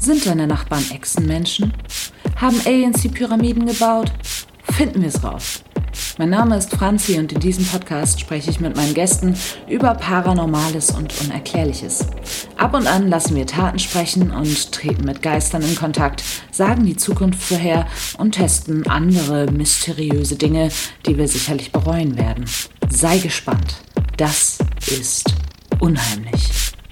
Sind deine Nachbarn Echsenmenschen? Haben Aliens die Pyramiden gebaut? Finden wir es raus. Mein Name ist Franzi und in diesem Podcast spreche ich mit meinen Gästen über Paranormales und Unerklärliches. Ab und an lassen wir Taten sprechen und treten mit Geistern in Kontakt, sagen die Zukunft vorher und testen andere mysteriöse Dinge, die wir sicherlich bereuen werden. Sei gespannt. Das ist unheimlich.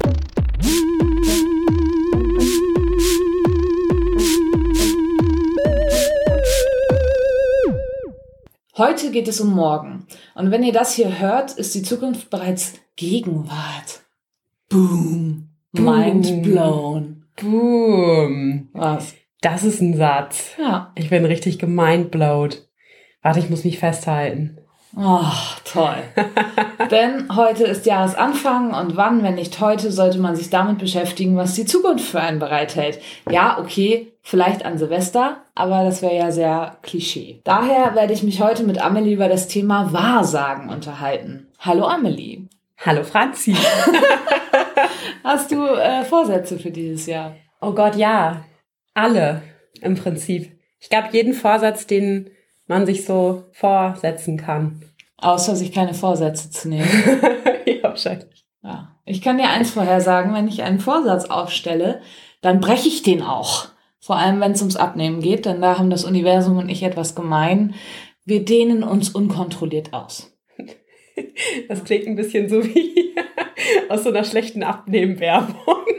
Heute geht es um morgen. Und wenn ihr das hier hört, ist die Zukunft bereits Gegenwart. Boom. Mind blown. Boom. Was? Das ist ein Satz. Ja. Ich bin richtig gemindblowt. Warte, ich muss mich festhalten. Oh, toll. Denn heute ist Jahresanfang und wann, wenn nicht heute, sollte man sich damit beschäftigen, was die Zukunft für einen bereithält. Ja, okay, vielleicht an Silvester, aber das wäre ja sehr Klischee. Daher werde ich mich heute mit Amelie über das Thema Wahrsagen unterhalten. Hallo Amelie. Hallo Franzi. Hast du Vorsätze für dieses Jahr? Oh Gott, ja. Alle im Prinzip. Ich glaube, jeden Vorsatz, den man sich so vorsetzen kann. Außer sich keine Vorsätze zu nehmen. Ja, wahrscheinlich. Ja. Ich kann dir eins vorhersagen, wenn ich einen Vorsatz aufstelle, dann breche ich den auch. Vor allem, wenn es ums Abnehmen geht, denn da haben das Universum und ich etwas gemein. Wir dehnen uns unkontrolliert aus. Das klingt ein bisschen so wie aus so einer schlechten Abnehmwerbung.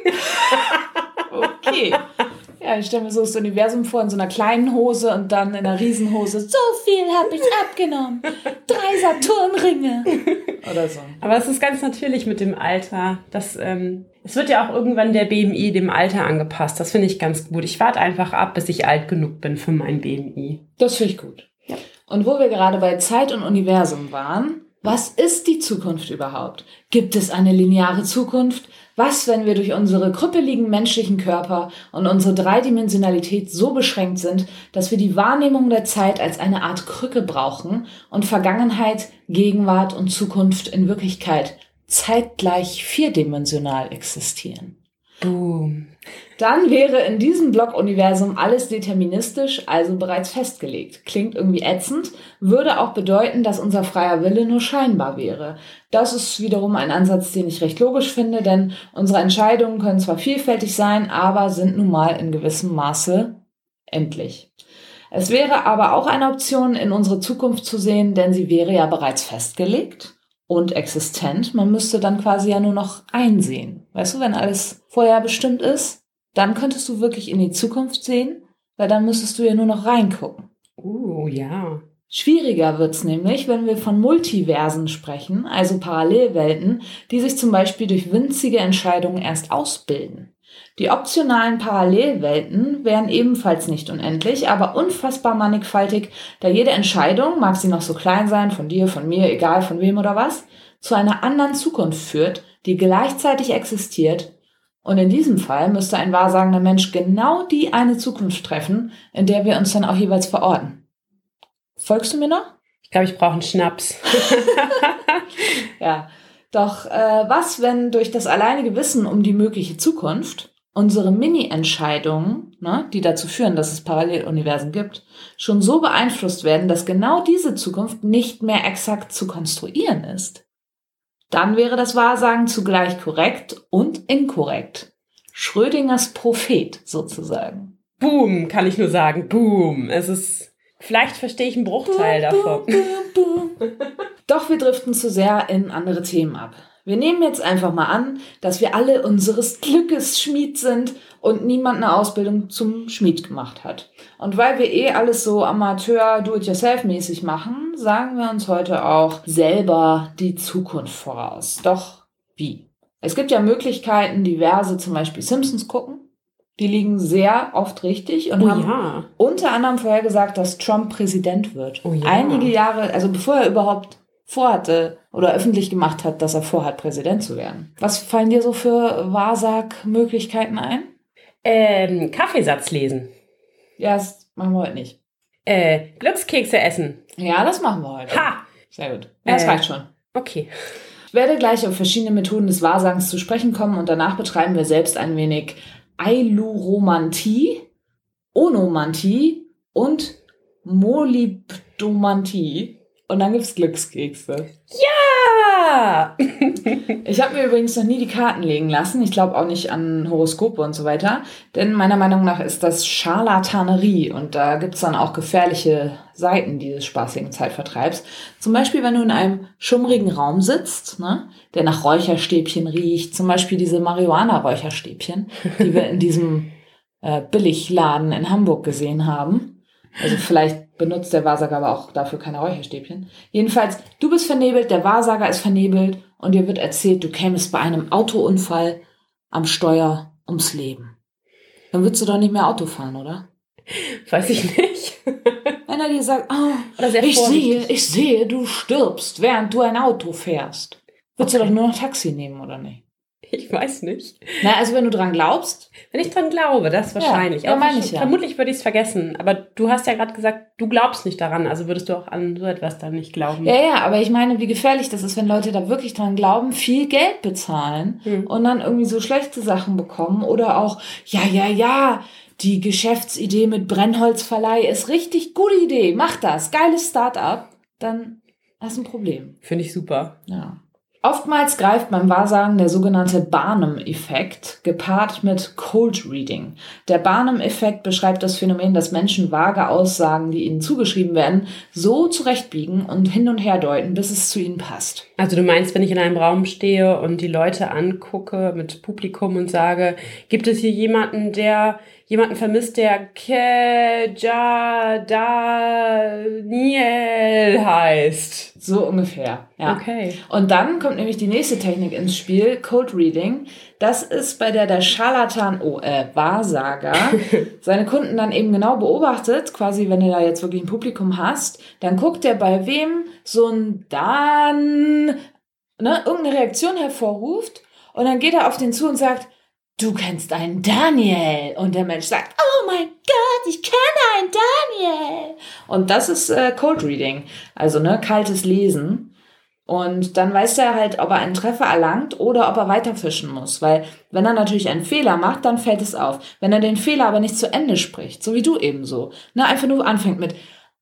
Okay. Ja, ich stelle mir so das Universum vor in so einer kleinen Hose und dann in einer Riesenhose. So viel habe ich abgenommen. 3 Saturnringe. Oder so. Aber es ist ganz natürlich mit dem Alter. Es wird ja auch irgendwann der BMI dem Alter angepasst. Das finde ich ganz gut. Ich warte einfach ab, bis ich alt genug bin für mein BMI. Das finde ich gut. Ja. Und wo wir gerade bei Zeit und Universum waren, was ist die Zukunft überhaupt? Gibt es eine lineare Zukunft? Was, wenn wir durch unsere krüppeligen menschlichen Körper und unsere Dreidimensionalität so beschränkt sind, dass wir die Wahrnehmung der Zeit als eine Art Krücke brauchen und Vergangenheit, Gegenwart und Zukunft in Wirklichkeit zeitgleich vierdimensional existieren? Boom. Dann wäre in diesem Block-Universum alles deterministisch, also bereits festgelegt. Klingt irgendwie ätzend, würde auch bedeuten, dass unser freier Wille nur scheinbar wäre. Das ist wiederum ein Ansatz, den ich recht logisch finde, denn unsere Entscheidungen können zwar vielfältig sein, aber sind nun mal in gewissem Maße endlich. Es wäre aber auch eine Option, in unsere Zukunft zu sehen, denn sie wäre ja bereits festgelegt und existent. Man müsste dann quasi ja nur noch einsehen. Weißt du, wenn alles vorher bestimmt ist, dann könntest du wirklich in die Zukunft sehen, weil dann müsstest du ja nur noch reingucken. Ja. Schwieriger wird's nämlich, wenn wir von Multiversen sprechen, also Parallelwelten, die sich zum Beispiel durch winzige Entscheidungen erst ausbilden. Die optionalen Parallelwelten wären ebenfalls nicht unendlich, aber unfassbar mannigfaltig, da jede Entscheidung, mag sie noch so klein sein, von dir, von mir, egal von wem oder was, zu einer anderen Zukunft führt, die gleichzeitig existiert. Und in diesem Fall müsste ein wahrsagender Mensch genau die eine Zukunft treffen, in der wir uns dann auch jeweils verorten. Folgst du mir noch? Ich glaube, ich brauche einen Schnaps. Ja, doch was, wenn durch das alleinige Wissen um die mögliche Zukunft unsere Mini-Entscheidungen, die dazu führen, dass es Paralleluniversen gibt, schon so beeinflusst werden, dass genau diese Zukunft nicht mehr exakt zu konstruieren ist? Dann wäre das Wahrsagen zugleich korrekt und inkorrekt. Schrödingers Prophet sozusagen. Boom, kann ich nur sagen. Boom. Vielleicht verstehe ich einen Bruchteil davon. Doch wir driften zu sehr in andere Themen ab. Wir nehmen jetzt einfach mal an, dass wir alle unseres Glückes Schmied sind und niemand eine Ausbildung zum Schmied gemacht hat. Und weil wir alles so Amateur, do-it-yourself-mäßig machen, sagen wir uns heute auch selber die Zukunft voraus. Doch wie? Es gibt ja Möglichkeiten, diverse, zum Beispiel Simpsons gucken. Die liegen sehr oft richtig und haben unter anderem vorhergesagt, dass Trump Präsident wird. Oh ja. Einige Jahre, also bevor er überhaupt vorhatte oder öffentlich gemacht hat, dass er vorhat, Präsident zu werden. Was fallen dir so für Wahrsagmöglichkeiten ein? Kaffeesatz lesen. Ja, das machen wir heute nicht. Glückskekse essen. Ja, das machen wir heute. Ha! Sehr gut. Ja, das reicht schon. Okay. Ich werde gleich auf verschiedene Methoden des Wahrsagens zu sprechen kommen und danach betreiben wir selbst ein wenig Ailuromantie, Onomantie und Molybdomantie. Und dann gibt's Glückskekse. Ja! Ich habe mir übrigens noch nie die Karten legen lassen. Ich glaube auch nicht an Horoskope und so weiter. Denn meiner Meinung nach ist das Scharlatanerie. Und da gibt's dann auch gefährliche Seiten dieses spaßigen Zeitvertreibs. Zum Beispiel, wenn du in einem schummrigen Raum sitzt, ne, der nach Räucherstäbchen riecht. Zum Beispiel diese Marihuana-Räucherstäbchen, die wir in diesem Billigladen in Hamburg gesehen haben. Also vielleicht benutzt der Wahrsager aber auch dafür keine Räucherstäbchen. Jedenfalls, du bist vernebelt, der Wahrsager ist vernebelt und dir wird erzählt, du kämest bei einem Autounfall am Steuer ums Leben. Dann würdest du doch nicht mehr Auto fahren, oder? Weiß ich nicht. Wenn er dir sagt, ich sehe, du stirbst, während du ein Auto fährst. Würdest du doch nur noch Taxi nehmen, oder nicht? Ich weiß nicht. Na, also wenn du dran glaubst. Wenn ich dran glaube, das wahrscheinlich. Ja, meine ich ja. Vermutlich würde ich es vergessen. Aber du hast ja gerade gesagt, du glaubst nicht daran. Also würdest du auch an so etwas dann nicht glauben. Ja, aber ich meine, wie gefährlich das ist, wenn Leute da wirklich dran glauben, viel Geld bezahlen und dann irgendwie so schlechte Sachen bekommen. Oder auch, die Geschäftsidee mit Brennholzverleih ist richtig gute Idee. Mach das. Geiles Start-up. Dann hast du ein Problem. Finde ich super. Ja. Oftmals greift beim Wahrsagen der sogenannte Barnum-Effekt, gepaart mit Cold Reading. Der Barnum-Effekt beschreibt das Phänomen, dass Menschen vage Aussagen, die ihnen zugeschrieben werden, so zurechtbiegen und hin und her deuten, bis es zu ihnen passt. Also du meinst, wenn ich in einem Raum stehe und die Leute angucke mit Publikum und sage, gibt es hier jemanden vermisst, der Daniel heißt? So ungefähr, ja. Okay. Und dann kommt nämlich die nächste Technik ins Spiel, Cold Reading. Das ist, bei der Scharlatan, Wahrsager, seine Kunden dann eben genau beobachtet, quasi wenn du da jetzt wirklich ein Publikum hast, dann guckt er, bei wem so ein irgendeine Reaktion hervorruft und dann geht er auf den zu und sagt, du kennst einen Daniel. Und der Mensch sagt, oh mein Gott, ich kenne einen Daniel. Und das ist Cold Reading, also kaltes Lesen. Und dann weiß er halt, ob er einen Treffer erlangt oder ob er weiterfischen muss. Weil wenn er natürlich einen Fehler macht, dann fällt es auf. Wenn er den Fehler aber nicht zu Ende spricht, so wie du ebenso, einfach nur anfängt mit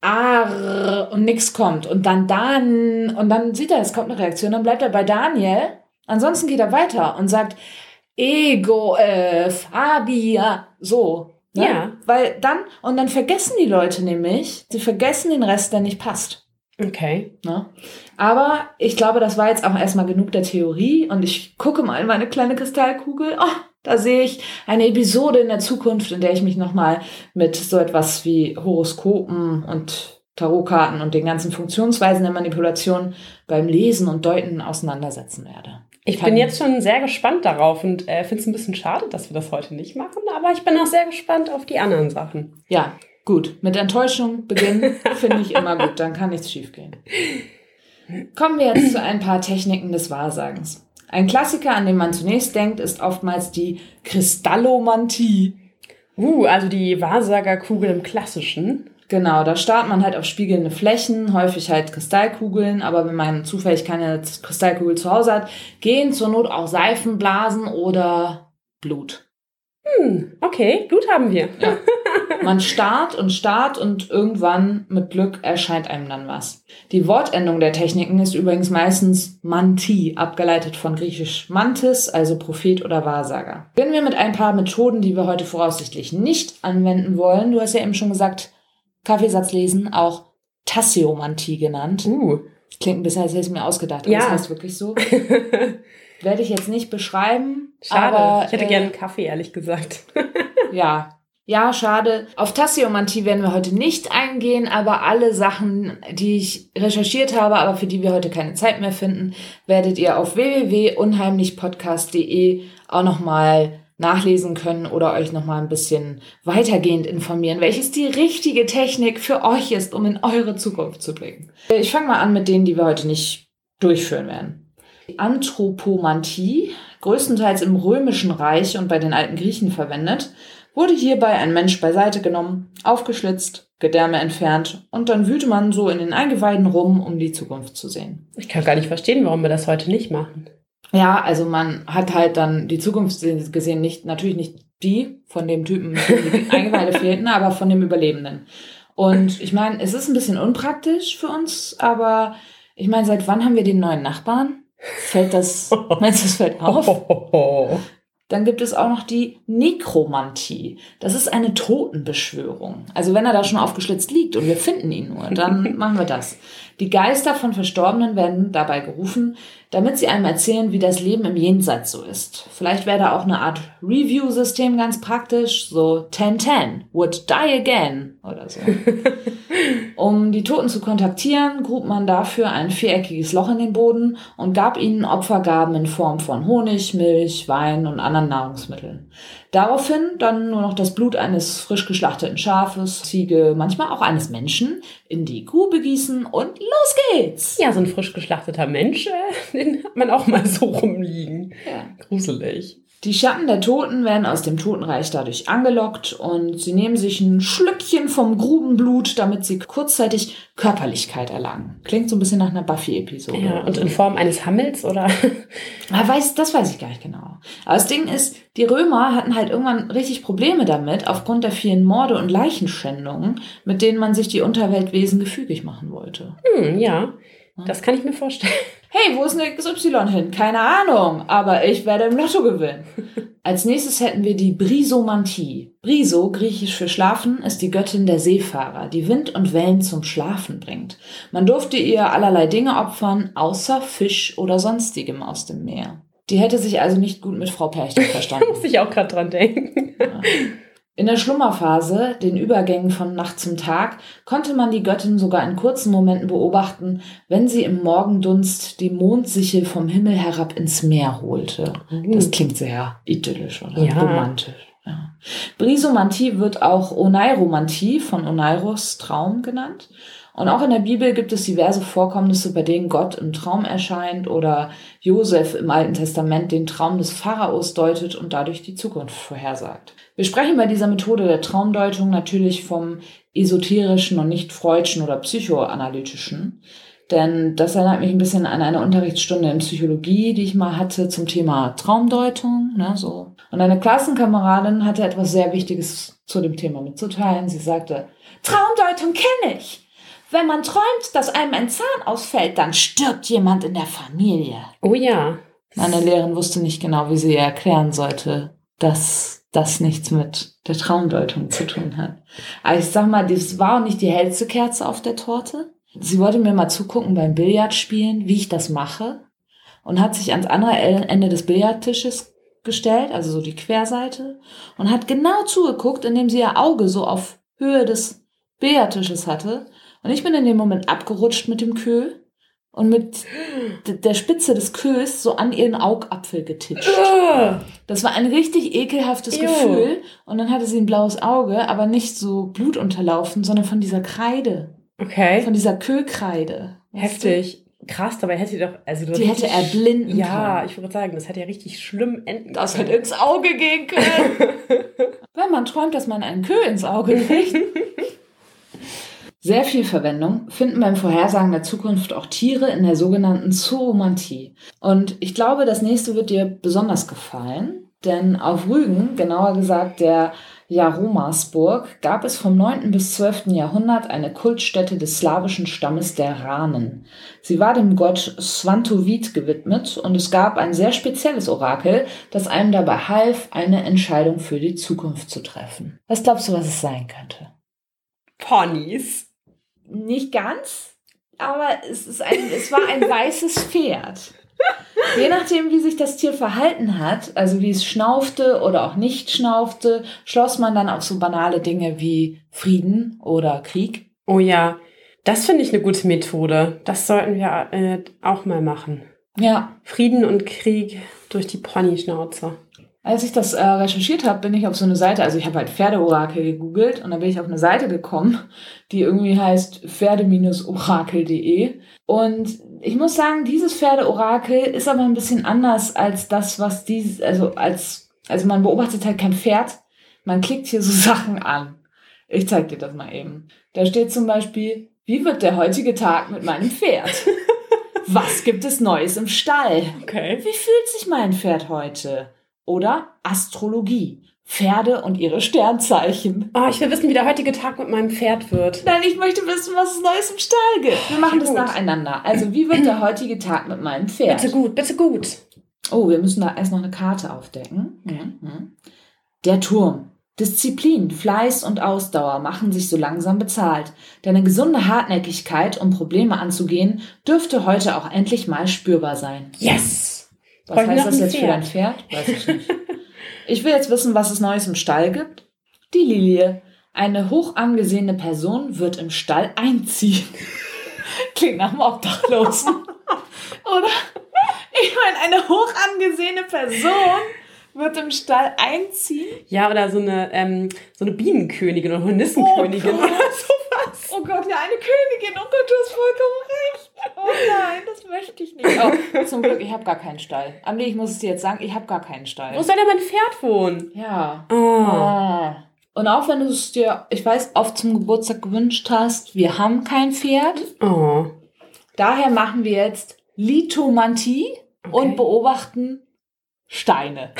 Arr und nichts kommt und dann und dann sieht er, es kommt eine Reaktion, dann bleibt er bei Daniel. Ansonsten geht er weiter und sagt, Ego, Fabia, so. Ne? Ja. Weil dann vergessen die Leute nämlich, sie vergessen den Rest, der nicht passt. Okay. Ne? Aber ich glaube, das war jetzt auch erstmal genug der Theorie und ich gucke mal in meine kleine Kristallkugel. Oh, da sehe ich eine Episode in der Zukunft, in der ich mich nochmal mit so etwas wie Horoskopen und Tarotkarten und den ganzen Funktionsweisen der Manipulation beim Lesen und Deuten auseinandersetzen werde. Ich bin jetzt schon sehr gespannt darauf und finde es ein bisschen schade, dass wir das heute nicht machen, aber ich bin auch sehr gespannt auf die anderen Sachen. Ja, gut. Mit Enttäuschung beginnen finde ich immer gut, dann kann nichts schiefgehen. Kommen wir jetzt zu ein paar Techniken des Wahrsagens. Ein Klassiker, an den man zunächst denkt, ist oftmals die Kristallomantie. Also die Wahrsagerkugel im Klassischen. Genau, da starrt man halt auf spiegelnde Flächen, häufig halt Kristallkugeln, aber wenn man zufällig keine Kristallkugel zu Hause hat, gehen zur Not auch Seifenblasen oder Blut. Okay, Blut haben wir. Ja. Man starrt und irgendwann mit Glück erscheint einem dann was. Die Wortendung der Techniken ist übrigens meistens Manti, abgeleitet von griechisch Mantis, also Prophet oder Wahrsager. Beginnen wir mit ein paar Methoden, die wir heute voraussichtlich nicht anwenden wollen. Du hast ja eben schon gesagt, Kaffeesatz lesen, auch Tasseomantie genannt. Klingt ein bisschen, als hätte ich es mir ausgedacht, aber das heißt wirklich so. Werde ich jetzt nicht beschreiben. Schade, aber, ich hätte gerne einen Kaffee, ehrlich gesagt. Ja, schade. Auf Tasseomantie werden wir heute nicht eingehen, aber alle Sachen, die ich recherchiert habe, aber für die wir heute keine Zeit mehr finden, werdet ihr auf www.unheimlichpodcast.de auch nochmal nachlesen können oder euch nochmal ein bisschen weitergehend informieren, welches die richtige Technik für euch ist, um in eure Zukunft zu blicken. Ich fange mal an mit denen, die wir heute nicht durchführen werden. Die Anthropomantie, größtenteils im Römischen Reich und bei den alten Griechen verwendet, wurde hierbei ein Mensch beiseite genommen, aufgeschlitzt, Gedärme entfernt und dann wühlte man so in den Eingeweiden rum, um die Zukunft zu sehen. Ich kann gar nicht verstehen, warum wir das heute nicht machen. Ja, also man hat halt dann die Zukunft gesehen, natürlich nicht Die von dem Typen, dem die Eingeweide fehlten, aber von dem Überlebenden. Und ich meine, es ist ein bisschen unpraktisch für uns, aber ich meine, seit wann haben wir den neuen Nachbarn? Meinst du, das fällt auf? Dann gibt es auch noch die Nekromantie. Das ist eine Totenbeschwörung. Also wenn er da schon aufgeschlitzt liegt und wir finden ihn nur, dann machen wir das. Die Geister von Verstorbenen werden dabei gerufen, damit sie einem erzählen, wie das Leben im Jenseits so ist. Vielleicht wäre da auch eine Art Review-System ganz praktisch, so 1010, would die again oder so. Um die Toten zu kontaktieren, grub man dafür ein viereckiges Loch in den Boden und gab ihnen Opfergaben in Form von Honig, Milch, Wein und anderen Nahrungsmitteln. Daraufhin dann nur noch das Blut eines frisch geschlachteten Schafes, Ziege, manchmal auch eines Menschen in die Grube gießen und los geht's! Ja, so ein frisch geschlachteter Mensch, den hat man auch mal so rumliegen. Ja. Gruselig. Die Schatten der Toten werden aus dem Totenreich dadurch angelockt und sie nehmen sich ein Schlückchen vom Grubenblut, damit sie kurzzeitig Körperlichkeit erlangen. Klingt so ein bisschen nach einer Buffy-Episode. Ja, und in Form eines Hammels, oder? Das weiß ich gar nicht genau. Aber das Ding ist, die Römer hatten halt irgendwann richtig Probleme damit, aufgrund der vielen Morde und Leichenschändungen, mit denen man sich die Unterweltwesen gefügig machen wollte. Ja, das kann ich mir vorstellen. Hey, wo ist eine XY hin? Keine Ahnung, aber ich werde im Lotto gewinnen. Als nächstes hätten wir die Brisomantie. Briso, griechisch für schlafen, ist die Göttin der Seefahrer, die Wind und Wellen zum Schlafen bringt. Man durfte ihr allerlei Dinge opfern, außer Fisch oder sonstigem aus dem Meer. Die hätte sich also nicht gut mit Frau Perchtel verstanden. Da muss ich auch gerade dran denken. Ja. In der Schlummerphase, den Übergängen von Nacht zum Tag, konnte man die Göttin sogar in kurzen Momenten beobachten, wenn sie im Morgendunst die Mondsichel vom Himmel herab ins Meer holte. Das klingt sehr idyllisch oder romantisch. Ja. Brisomantie wird auch Oneiromantie von Oneiros Traum genannt. Und auch in der Bibel gibt es diverse Vorkommnisse, bei denen Gott im Traum erscheint oder Josef im Alten Testament den Traum des Pharaos deutet und dadurch die Zukunft vorhersagt. Wir sprechen bei dieser Methode der Traumdeutung natürlich vom esoterischen und nicht freudschen oder psychoanalytischen. Denn das erinnert mich ein bisschen an eine Unterrichtsstunde in Psychologie, die ich mal hatte zum Thema Traumdeutung. So. Und eine Klassenkameradin hatte etwas sehr Wichtiges zu dem Thema mitzuteilen. Sie sagte, Traumdeutung kenne ich. Wenn man träumt, dass einem ein Zahn ausfällt, dann stirbt jemand in der Familie. Oh ja. Meine Lehrerin wusste nicht genau, wie sie ihr erklären sollte, dass das nichts mit der Traumdeutung zu tun hat. Aber ich sag mal, das war auch nicht die hellste Kerze auf der Torte. Sie wollte mir mal zugucken beim Billardspielen, wie ich das mache. Und hat sich ans andere Ende des Billardtisches gestellt, also so die Querseite. Und hat genau zugeguckt, indem sie ihr Auge so auf Höhe des Billardtisches hatte. Und ich bin in dem Moment abgerutscht mit dem Queue und mit der Spitze des Queues so an ihren Augapfel getitscht. Das war ein richtig ekelhaftes Gefühl. Und dann hatte sie ein blaues Auge, aber nicht so blutunterlaufen, sondern von dieser Kreide. Okay. Von dieser Queue-Kreide. Heftig. Krass, dabei hätte sie doch... Also die hätte erblinden können. Ja, ich würde sagen, das hätte ja richtig schlimm enden können. Das hätte ins Auge gehen können. Wenn man träumt, dass man einen Queue ins Auge kriegt... Sehr viel Verwendung finden beim Vorhersagen der Zukunft auch Tiere in der sogenannten Zoomantie. Und ich glaube, das nächste wird dir besonders gefallen, denn auf Rügen, genauer gesagt der Jaromasburg, gab es vom 9. bis 12. Jahrhundert eine Kultstätte des slawischen Stammes der Ranen. Sie war dem Gott Svantovit gewidmet und es gab ein sehr spezielles Orakel, das einem dabei half, eine Entscheidung für die Zukunft zu treffen. Was glaubst du, was es sein könnte? Ponys. Nicht ganz, aber es war ein weißes Pferd. Je nachdem, wie sich das Tier verhalten hat, also wie es schnaufte oder auch nicht schnaufte, schloss man dann auf so banale Dinge wie Frieden oder Krieg. Oh ja, das finde ich eine gute Methode. Das sollten wir auch mal machen. Ja. Frieden und Krieg durch die Ponyschnauze. Als ich das recherchiert habe, bin ich auf so eine Seite, also ich habe halt Pferdeorakel gegoogelt und dann bin ich auf eine Seite gekommen, die irgendwie heißt pferde-orakel.de und ich muss sagen, dieses Pferdeorakel ist aber ein bisschen anders als das, was also man beobachtet halt kein Pferd, man klickt hier so Sachen an. Ich zeig dir das mal eben. Da steht zum Beispiel, wie wird der heutige Tag mit meinem Pferd? Was gibt es Neues im Stall? Okay. Wie fühlt sich mein Pferd heute? Oder Astrologie. Pferde und ihre Sternzeichen. Oh, ich will wissen, wie der heutige Tag mit meinem Pferd wird. Nein, ich möchte wissen, was es Neues im Stall gibt. Wir machen das nacheinander. Also, wie wird der heutige Tag mit meinem Pferd? Bitte gut, bitte gut. Oh, wir müssen da erst noch eine Karte aufdecken. Mhm. Der Turm. Disziplin, Fleiß und Ausdauer machen sich so langsam bezahlt. Deine gesunde Hartnäckigkeit, um Probleme anzugehen, dürfte heute auch endlich mal spürbar sein. Yes! Was heißt das jetzt für dein Pferd? Weiß ich nicht. Ich will jetzt wissen, was es Neues im Stall gibt. Die Lilie. Eine hoch angesehene Person wird im Stall einziehen. Klingt nach einem Obdachlosen. Oder? Ich meine, eine hoch angesehene Person wird im Stall einziehen. Ja, oder so eine Bienenkönigin oder Hornissenkönigin oder sowas. Oh Gott, ja, eine Königin. Oh Gott, du hast vollkommen recht. Oh nein, das möchte ich nicht. Oh, zum Glück, ich habe gar keinen Stall. Amelie, ich muss es dir jetzt sagen, ich habe gar keinen Stall. Wo soll denn mein Pferd wohnen? Ja. Oh. Und auch wenn du es dir, ich weiß, oft zum Geburtstag gewünscht hast, wir haben kein Pferd. Oh. Daher machen wir jetzt Lithomantie und beobachten Steine.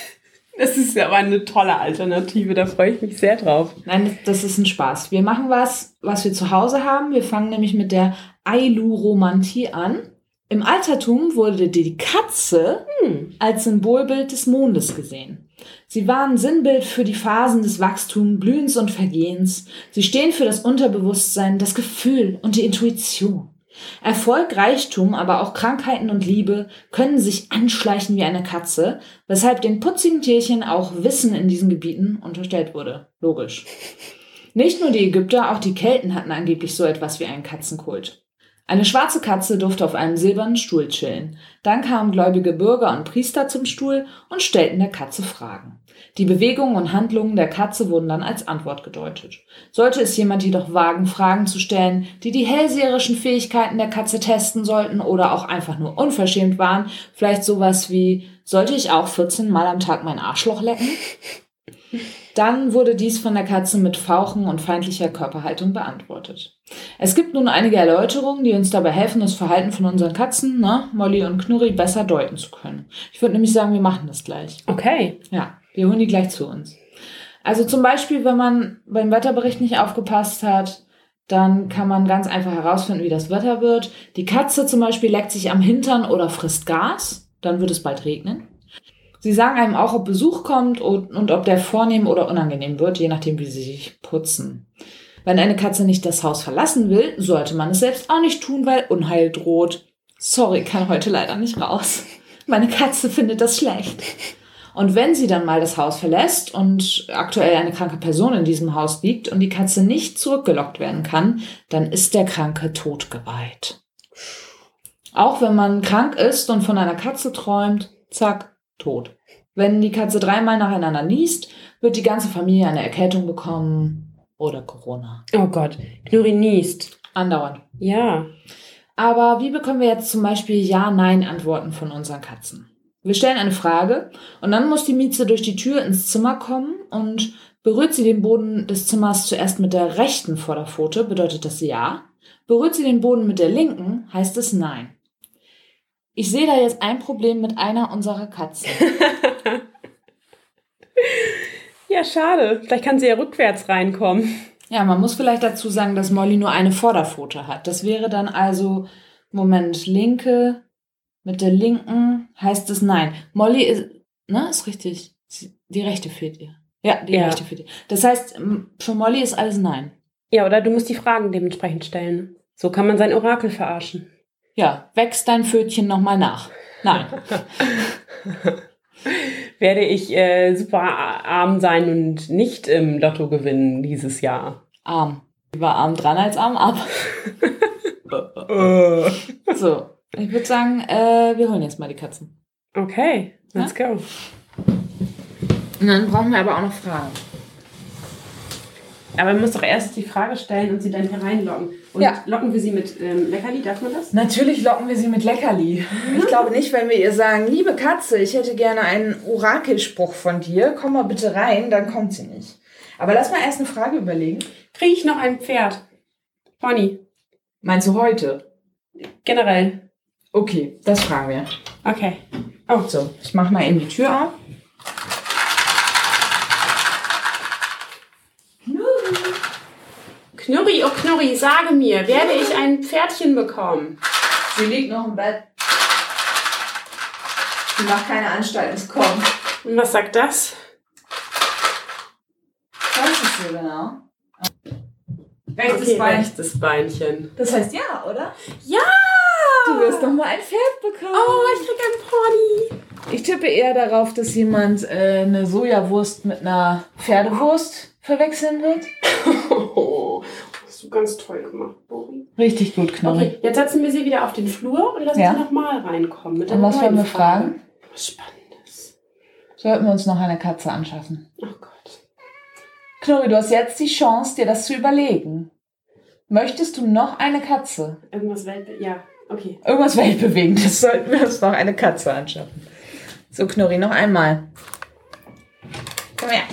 Das ist ja aber eine tolle Alternative, da freue ich mich sehr drauf. Nein, das ist ein Spaß. Wir machen was wir zu Hause haben. Wir fangen nämlich mit der Ailuromantie an. Im Altertum wurde die Katze als Symbolbild des Mondes gesehen. Sie waren Sinnbild für die Phasen des Wachstums, Blühens und Vergehens. Sie stehen für das Unterbewusstsein, das Gefühl und die Intuition. Erfolg, Reichtum, aber auch Krankheiten und Liebe können sich anschleichen wie eine Katze, weshalb den putzigen Tierchen auch Wissen in diesen Gebieten unterstellt wurde. Logisch. Nicht nur die Ägypter, auch die Kelten hatten angeblich so etwas wie einen Katzenkult. Eine schwarze Katze durfte auf einem silbernen Stuhl chillen. Dann kamen gläubige Bürger und Priester zum Stuhl und stellten der Katze Fragen. Die Bewegungen und Handlungen der Katze wurden dann als Antwort gedeutet. Sollte es jemand jedoch wagen, Fragen zu stellen, die die hellseherischen Fähigkeiten der Katze testen sollten oder auch einfach nur unverschämt waren, vielleicht sowas wie, sollte ich auch 14 Mal am Tag mein Arschloch lecken? Dann wurde dies von der Katze mit Fauchen und feindlicher Körperhaltung beantwortet. Es gibt nun einige Erläuterungen, die uns dabei helfen, das Verhalten von unseren Katzen, Molly und Knurri, besser deuten zu können. Ich würde nämlich sagen, wir machen das gleich. Okay. Ja, wir holen die gleich zu uns. Also zum Beispiel, wenn man beim Wetterbericht nicht aufgepasst hat, dann kann man ganz einfach herausfinden, wie das Wetter wird. Die Katze zum Beispiel leckt sich am Hintern oder frisst Gas, dann wird es bald regnen. Sie sagen einem auch, ob Besuch kommt und ob der vornehm oder unangenehm wird, je nachdem, wie sie sich putzen. Wenn eine Katze nicht das Haus verlassen will, sollte man es selbst auch nicht tun, weil Unheil droht. Sorry, kann heute leider nicht raus. Meine Katze findet das schlecht. Und wenn sie dann mal das Haus verlässt und aktuell eine kranke Person in diesem Haus liegt und die Katze nicht zurückgelockt werden kann, dann ist der Kranke totgeweiht. Auch wenn man krank ist und von einer Katze träumt, zack, tot. Wenn die Katze 3-mal nacheinander niest, wird die ganze Familie eine Erkältung bekommen oder Corona. Oh Gott, Knurri niest. Andauernd. Ja. Aber wie bekommen wir jetzt zum Beispiel Ja-Nein-Antworten von unseren Katzen? Wir stellen eine Frage und dann muss die Mieze durch die Tür ins Zimmer kommen und berührt sie den Boden des Zimmers zuerst mit der rechten Vorderpfote, bedeutet das Ja. Berührt sie den Boden mit der linken, heißt es Nein. Ich sehe da jetzt ein Problem mit einer unserer Katzen. Ja, schade. Vielleicht kann sie ja rückwärts reinkommen. Ja, man muss vielleicht dazu sagen, dass Molly nur eine Vorderpfote hat. Das wäre dann also, linke, mit der linken heißt es Nein. Molly ist richtig. Die rechte fehlt ihr. Ja, die rechte fehlt ihr. Das heißt, für Molly ist alles Nein. Ja, oder du musst die Fragen dementsprechend stellen. So kann man sein Orakel verarschen. Ja, wächst dein Pfötchen nochmal nach. Nein. Werde ich super arm sein und nicht im Lotto gewinnen dieses Jahr. Arm. Lieber arm dran als arm ab. So, ich würde sagen, wir holen jetzt mal die Katzen. Okay, let's go. Und dann brauchen wir aber auch noch Fragen. Aber man muss doch erst die Frage stellen und sie dann hier reinlocken. Und locken wir sie mit Leckerli, darf man das? Natürlich locken wir sie mit Leckerli. Ich glaube nicht, wenn wir ihr sagen, liebe Katze, ich hätte gerne einen Orakelspruch von dir, komm mal bitte rein, dann kommt sie nicht. Aber lass mal erst eine Frage überlegen. Kriege ich noch ein Pferd? Pony. Meinst du heute? Generell. Okay, das fragen wir. Okay. Oh, so, ich mache mal eben die Tür auf. Knurri, oh Knurri, sage mir, werde ich ein Pferdchen bekommen? Sie liegt noch im Bett. Sie macht keine Anstalten zu kommen. Und was sagt das? Was ist das so genau? Rechtes Bein. Rechtes Beinchen. Das heißt ja, oder? Ja! Du wirst doch mal ein Pferd bekommen. Oh, ich krieg ein Pony. Ich tippe eher darauf, dass jemand eine Sojawurst mit einer Pferdewurst verwechseln wird. Oh, hast du ganz toll gemacht, Bori. Richtig gut, Knorri. Okay, jetzt setzen wir sie wieder auf den Flur und lassen sie nochmal reinkommen. Mit und was wollen wir fragen? Was Spannendes. Sollten wir uns noch eine Katze anschaffen? Oh Gott. Knorri, du hast jetzt die Chance, dir das zu überlegen. Möchtest du noch eine Katze? Irgendwas ja, okay. Irgendwas Weltbewegendes sollten wir uns noch eine Katze anschaffen. So, Knorri, noch einmal. Komm her.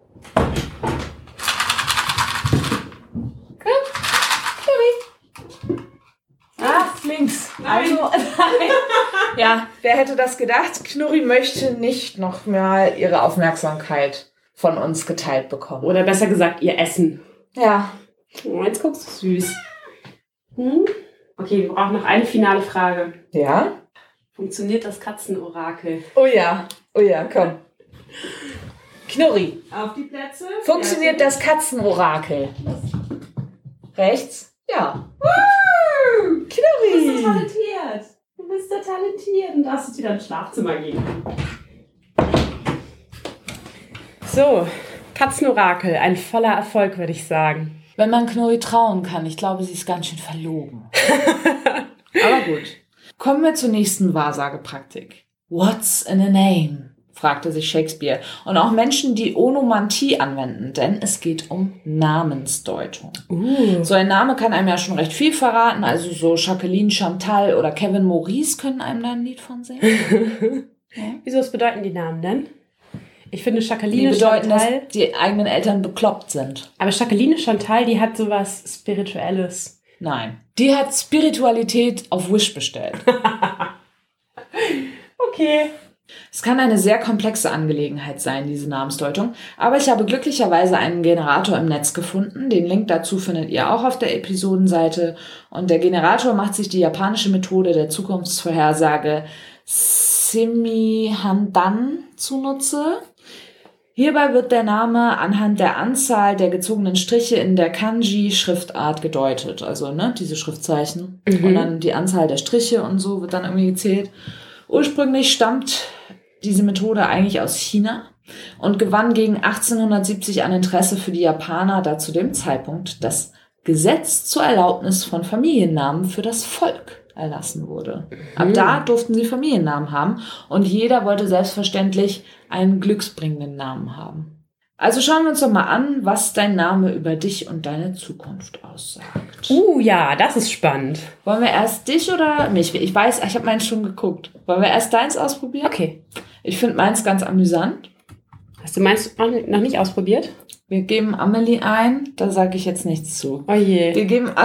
Komm, Knorri. Links. Nein. Also, nein. Ja, wer hätte das gedacht? Knorri möchte nicht noch mal ihre Aufmerksamkeit von uns geteilt bekommen. Oder besser gesagt, ihr Essen. Ja. Oh, jetzt guckst du süß. Okay, wir brauchen noch eine finale Frage. Ja? Funktioniert das Katzenorakel? Oh ja, komm. Knorri. Auf die Plätze. Funktioniert das Katzenorakel? Rechts? Ja. Knorri. Du bist so talentiert. Du bist so talentiert. Und darfst jetzt wieder ins Schlafzimmer gehen. So, Katzenorakel. Ein voller Erfolg, würde ich sagen. Wenn man Knorri trauen kann. Ich glaube, sie ist ganz schön verlogen. Aber gut. Kommen wir zur nächsten Wahrsagepraktik. What's in a name? Fragte sich Shakespeare. Und auch Menschen, die Onomantie anwenden, denn es geht um Namensdeutung. So ein Name kann einem ja schon recht viel verraten. Also so Jacqueline Chantal oder Kevin Maurice können einem da ein Lied von singen. Ja. Wieso, was bedeuten die Namen denn? Ich finde Die Jacqueline bedeuten, Chantal... dass die eigenen Eltern bekloppt sind. Aber Jacqueline Chantal, die hat sowas Spirituelles. Nein. Die hat Spiritualität auf Wish bestellt. Okay. Es kann eine sehr komplexe Angelegenheit sein, diese Namensdeutung, aber ich habe glücklicherweise einen Generator im Netz gefunden. Den Link dazu findet ihr auch auf der Episodenseite. Und der Generator macht sich die japanische Methode der Zukunftsvorhersage Semihandan zunutze. Hierbei wird der Name anhand der Anzahl der gezogenen Striche in der Kanji-Schriftart gedeutet. Also diese Schriftzeichen. Und dann die Anzahl der Striche und so wird dann irgendwie gezählt. Ursprünglich stammt diese Methode eigentlich aus China und gewann gegen 1870 an Interesse für die Japaner, da zu dem Zeitpunkt das Gesetz zur Erlaubnis von Familiennamen für das Volk erlassen wurde. Ab da durften sie Familiennamen haben und jeder wollte selbstverständlich einen glücksbringenden Namen haben. Also schauen wir uns doch mal an, was dein Name über dich und deine Zukunft aussagt. Ja, das ist spannend. Wollen wir erst dich oder mich? Ich weiß, ich habe meins schon geguckt. Wollen wir erst deins ausprobieren? Okay. Ich finde meins ganz amüsant. Hast du meins noch nicht ausprobiert? Wir geben Amelie ein, da sage ich jetzt nichts zu. Oh je. Wir geben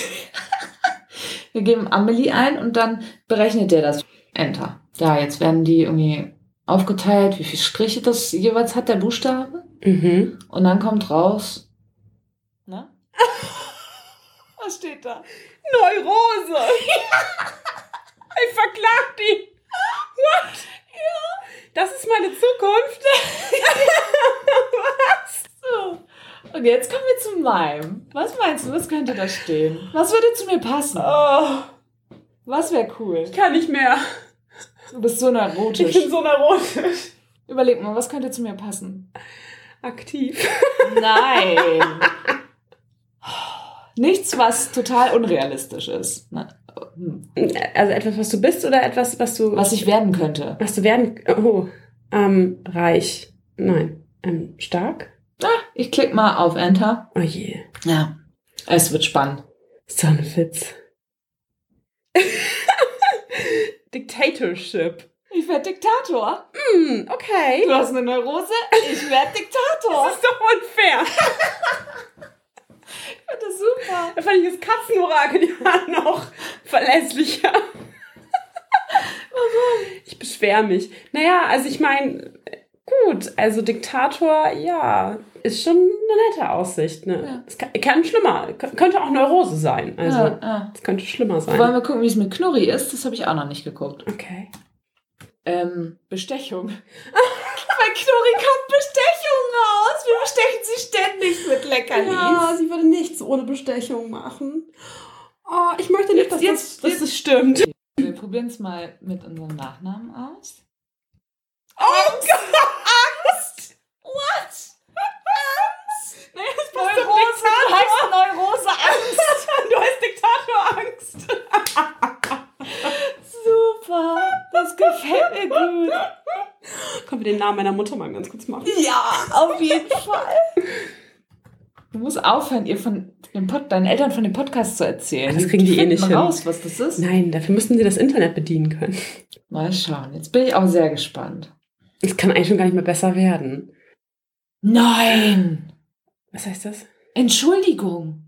Amelie ein und dann berechnet der das. Enter. Ja, jetzt werden die irgendwie aufgeteilt, wie viele Striche das jeweils hat, der Buchstabe. Und dann kommt raus. Ne? Was steht da? Neurose. Ich verklag die. What? Ja. Das ist meine Zukunft. Was? So. Und jetzt kommen wir zu meinem. Was meinst du, was könnte da stehen? Was würde zu mir passen? Oh, Was wäre cool? ich kann nicht mehr. Du bist so neurotisch. Ich bin so neurotisch. Überleg mal, was könnte zu mir passen? Aktiv. Nein. Nichts, was total unrealistisch ist. Also etwas, was du bist oder etwas, was du... Was ich werden könnte. Was du werden... Oh, reich. Nein. Stark? Ich klicke mal auf Enter. Oh je. Ja, es wird spannend. So ein Witz. Dictatorship. Ich werde Diktator. Okay. Du hast eine Neurose, ich werde Diktator. Das ist doch unfair. Ich finde das super. Da fand ich das Katzenorakel ja noch verlässlicher. Warum? Ich beschwere mich. Naja, also ich meine, gut, also Diktator, ja, ist schon eine nette Aussicht. Ne? Ja. Es kann schlimmer, könnte auch Neurose sein. Also, es könnte schlimmer sein. Wollen wir gucken, wie es mit Knurri ist? Das habe ich auch noch nicht geguckt. Okay. Bestechung. Bei Knurri kommt Bestechung raus. Wir bestechen sie ständig mit Leckerlis. Ja, sie würde nichts ohne Bestechung machen. Oh, ich möchte nicht, dass das stimmt. Wir probieren es mal mit unserem Nachnamen aus. Oh Gott! Angst! What? Angst! Nee, das Neurose, du heißt Neurose Angst. Du heißt Diktator Angst. Super, das gefällt mir gut. Können wir den Namen meiner Mutter mal ganz kurz machen? Ja, auf jeden Fall. Du musst aufhören, deinen Eltern von dem Podcast zu erzählen. Das kriegen die eh nicht hin. Raus, was das ist. Nein, dafür müssten sie das Internet bedienen können. Mal schauen, jetzt bin ich auch sehr gespannt. Es kann eigentlich schon gar nicht mehr besser werden. Nein! Was heißt das? Entschuldigung.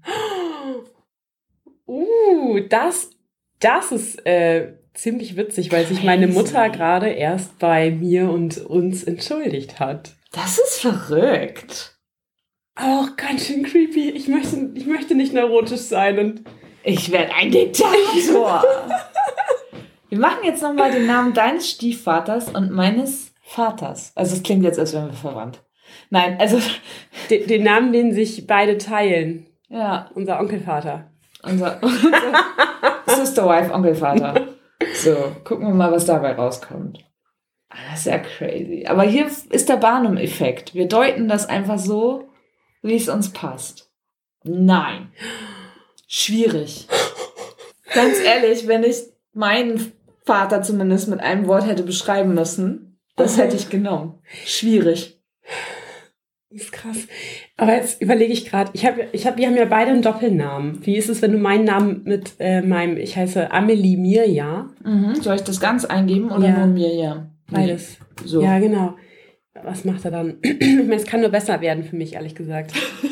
Das ist ziemlich witzig, weil sich meine Mutter gerade erst bei mir und uns entschuldigt hat. Das ist verrückt. Auch ganz schön creepy. Ich möchte nicht neurotisch sein und ich werde ein Diktator. Wir machen jetzt nochmal den Namen deines Stiefvaters und meines Vaters. Also es klingt jetzt, als wären wir verwandt. Nein, also den Namen, den sich beide teilen. Ja. Unser Onkelvater. Unser Sister Wife Onkelvater. So, gucken wir mal, was dabei rauskommt. Das ist ja crazy. Aber hier ist der Barnum-Effekt. Wir deuten das einfach so, wie es uns passt. Nein. Schwierig. Ganz ehrlich, wenn ich meinen Vater zumindest mit einem Wort hätte beschreiben müssen, das hätte ich genommen. Schwierig. Das ist krass. Aber jetzt überlege ich gerade, wir haben ja beide einen Doppelnamen. Wie ist es, wenn du meinen Namen mit ich heiße Amelie Mirja? Soll ich das ganz eingeben oder nur Mirja? Beides. So. Ja, genau. Was macht er dann? Ich meine, es kann nur besser werden für mich, ehrlich gesagt.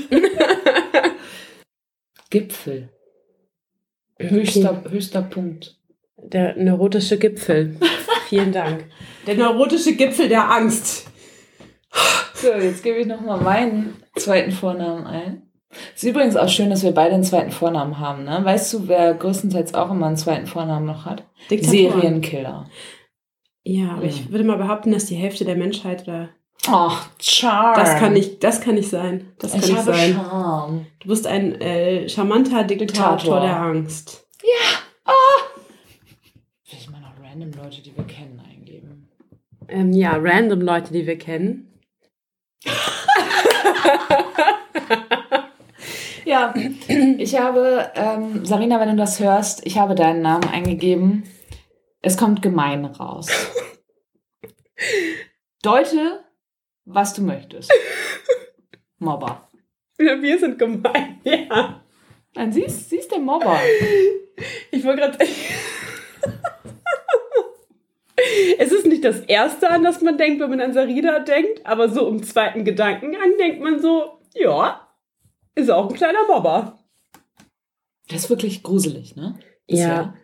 Gipfel. Höchster Punkt. Der neurotische Gipfel. Vielen Dank. Der neurotische Gipfel der Angst. So, jetzt gebe ich nochmal meinen zweiten Vornamen ein. Ist übrigens auch schön, dass wir beide einen zweiten Vornamen haben, ne? Weißt du, wer größtenteils auch immer einen zweiten Vornamen noch hat? Diktatoren. Serienkiller. Ja, aber ich würde mal behaupten, dass die Hälfte der Menschheit oder... Ach, Charme. Das kann nicht sein. Ich habe Charme. Du bist ein charmanter Diktator der Angst. Ja. Oh. Will ich mal noch random Leute, die wir kennen, eingeben? Ja, random Leute, die wir kennen. Ja, ich habe, Sarina, wenn du das hörst, ich habe deinen Namen eingegeben. Es kommt gemein raus. Deute, was du möchtest. Mobber. Ja, wir sind gemein, ja. Nein, sie ist der Mobber. Ich wollte gerade... Es ist nicht das Erste, an das man denkt, wenn man an Sarina denkt, aber so im zweiten Gedankengang denkt man so, ja, ist auch ein kleiner Mobber. Das ist wirklich gruselig, ne? Ja.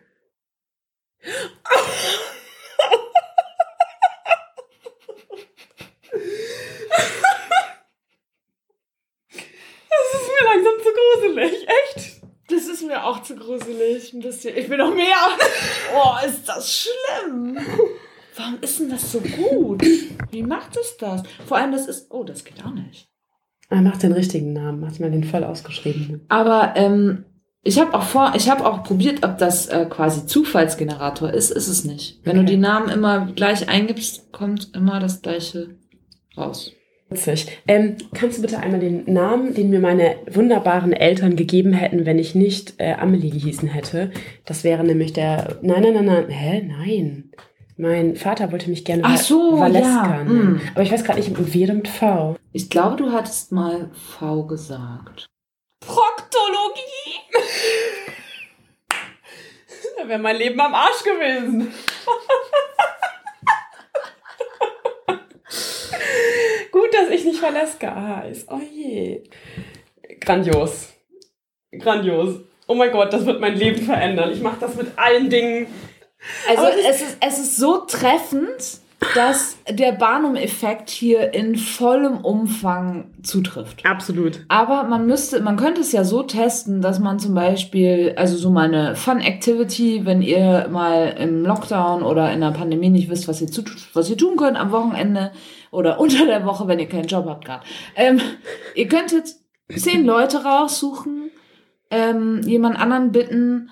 Das ist mir langsam zu gruselig, echt? Das ist mir auch zu gruselig, ein bisschen. Ich bin noch mehr. Oh, ist das schlimm. Warum ist denn das so gut? Wie macht es das? Vor allem, das geht auch nicht. Er macht den richtigen Namen, hat mal den voll ausgeschrieben. Aber ich habe auch probiert, ob das quasi Zufallsgenerator ist. Ist es nicht. Wenn du die Namen immer gleich eingibst, kommt immer das Gleiche raus. Witzig. Kannst du bitte einmal den Namen, den mir meine wunderbaren Eltern gegeben hätten, wenn ich nicht Amelie gehießen hätte? Das wäre nämlich der... Nein. Mein Vater wollte mich gerne Valeska nennen. Aber ich weiß gerade nicht, wie mit V. Ich glaube, du hattest mal V gesagt. Proktologie! Da wäre mein Leben am Arsch gewesen. Gut, dass ich nicht Valeska heiße. Oh je. Grandios. Oh mein Gott, das wird mein Leben verändern. Ich mache das mit allen Dingen. Also es ist so treffend, dass der Barnum-Effekt hier in vollem Umfang zutrifft. Absolut. Aber man könnte es ja so testen, dass man zum Beispiel, also so mal eine Fun-Activity, wenn ihr mal im Lockdown oder in der Pandemie nicht wisst, was ihr tun könnt am Wochenende oder unter der Woche, wenn ihr keinen Job habt gerade. Ihr könntet 10 Leute raussuchen, jemand anderen bitten,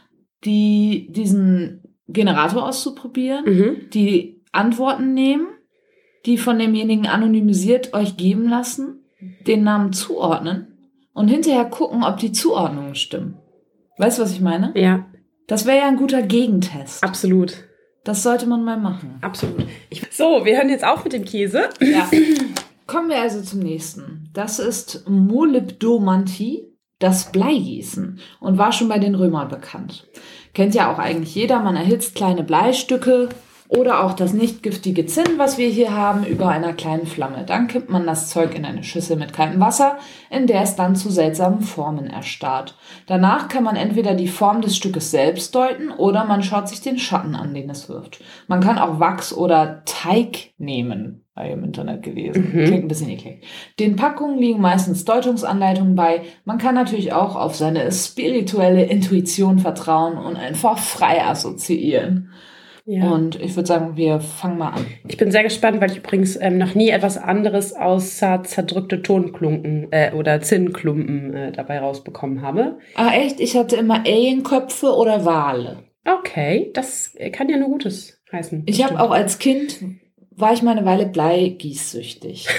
diesen Generator auszuprobieren, die Antworten nehmen, die von demjenigen anonymisiert euch geben lassen, den Namen zuordnen und hinterher gucken, ob die Zuordnungen stimmen. Weißt du, was ich meine? Ja. Das wäre ja ein guter Gegentest. Absolut. Das sollte man mal machen. Absolut. So, wir hören jetzt auf mit dem Käse. Ja. Kommen wir also zum nächsten. Das ist Molybdomantie, das Bleigießen, und war schon bei den Römern bekannt. Kennt ja auch eigentlich jeder, man erhitzt kleine Bleistücke oder auch das nicht giftige Zinn, was wir hier haben, über einer kleinen Flamme. Dann kippt man das Zeug in eine Schüssel mit kaltem Wasser, in der es dann zu seltsamen Formen erstarrt. Danach kann man entweder die Form des Stückes selbst deuten oder man schaut sich den Schatten an, den es wirft. Man kann auch Wachs oder Teig nehmen, habe ich im Internet gelesen. Klingt ein bisschen eklig. Den Packungen liegen meistens Deutungsanleitungen bei. Man kann natürlich auch auf seine spirituelle Intuition vertrauen und einfach frei assoziieren. Ja. Und ich würde sagen, wir fangen mal an. Ich bin sehr gespannt, weil ich übrigens noch nie etwas anderes außer zerdrückte Tonklumpen oder Zinnklumpen dabei rausbekommen habe. Ah, echt? Ich hatte immer Alienköpfe oder Wale. Okay, das kann ja nur Gutes heißen. Ich habe auch als Kind, war ich mal eine Weile bleigießsüchtig.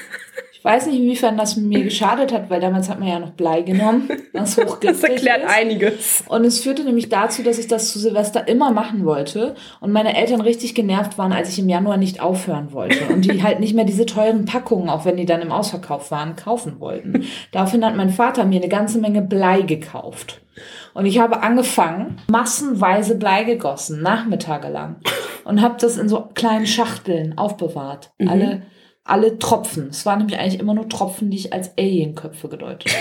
Ich weiß nicht, inwiefern das mir geschadet hat, weil damals hat man ja noch Blei genommen. Das erklärt einiges. Und es führte nämlich dazu, dass ich das zu Silvester immer machen wollte und meine Eltern richtig genervt waren, als ich im Januar nicht aufhören wollte und die halt nicht mehr diese teuren Packungen, auch wenn die dann im Ausverkauf waren, kaufen wollten. Daraufhin hat mein Vater mir eine ganze Menge Blei gekauft. Und ich habe angefangen, massenweise Blei gegossen, nachmittagelang. Und habe das in so kleinen Schachteln aufbewahrt. Alle Tropfen. Es waren nämlich eigentlich immer nur Tropfen, die ich als Alienköpfe gedeutet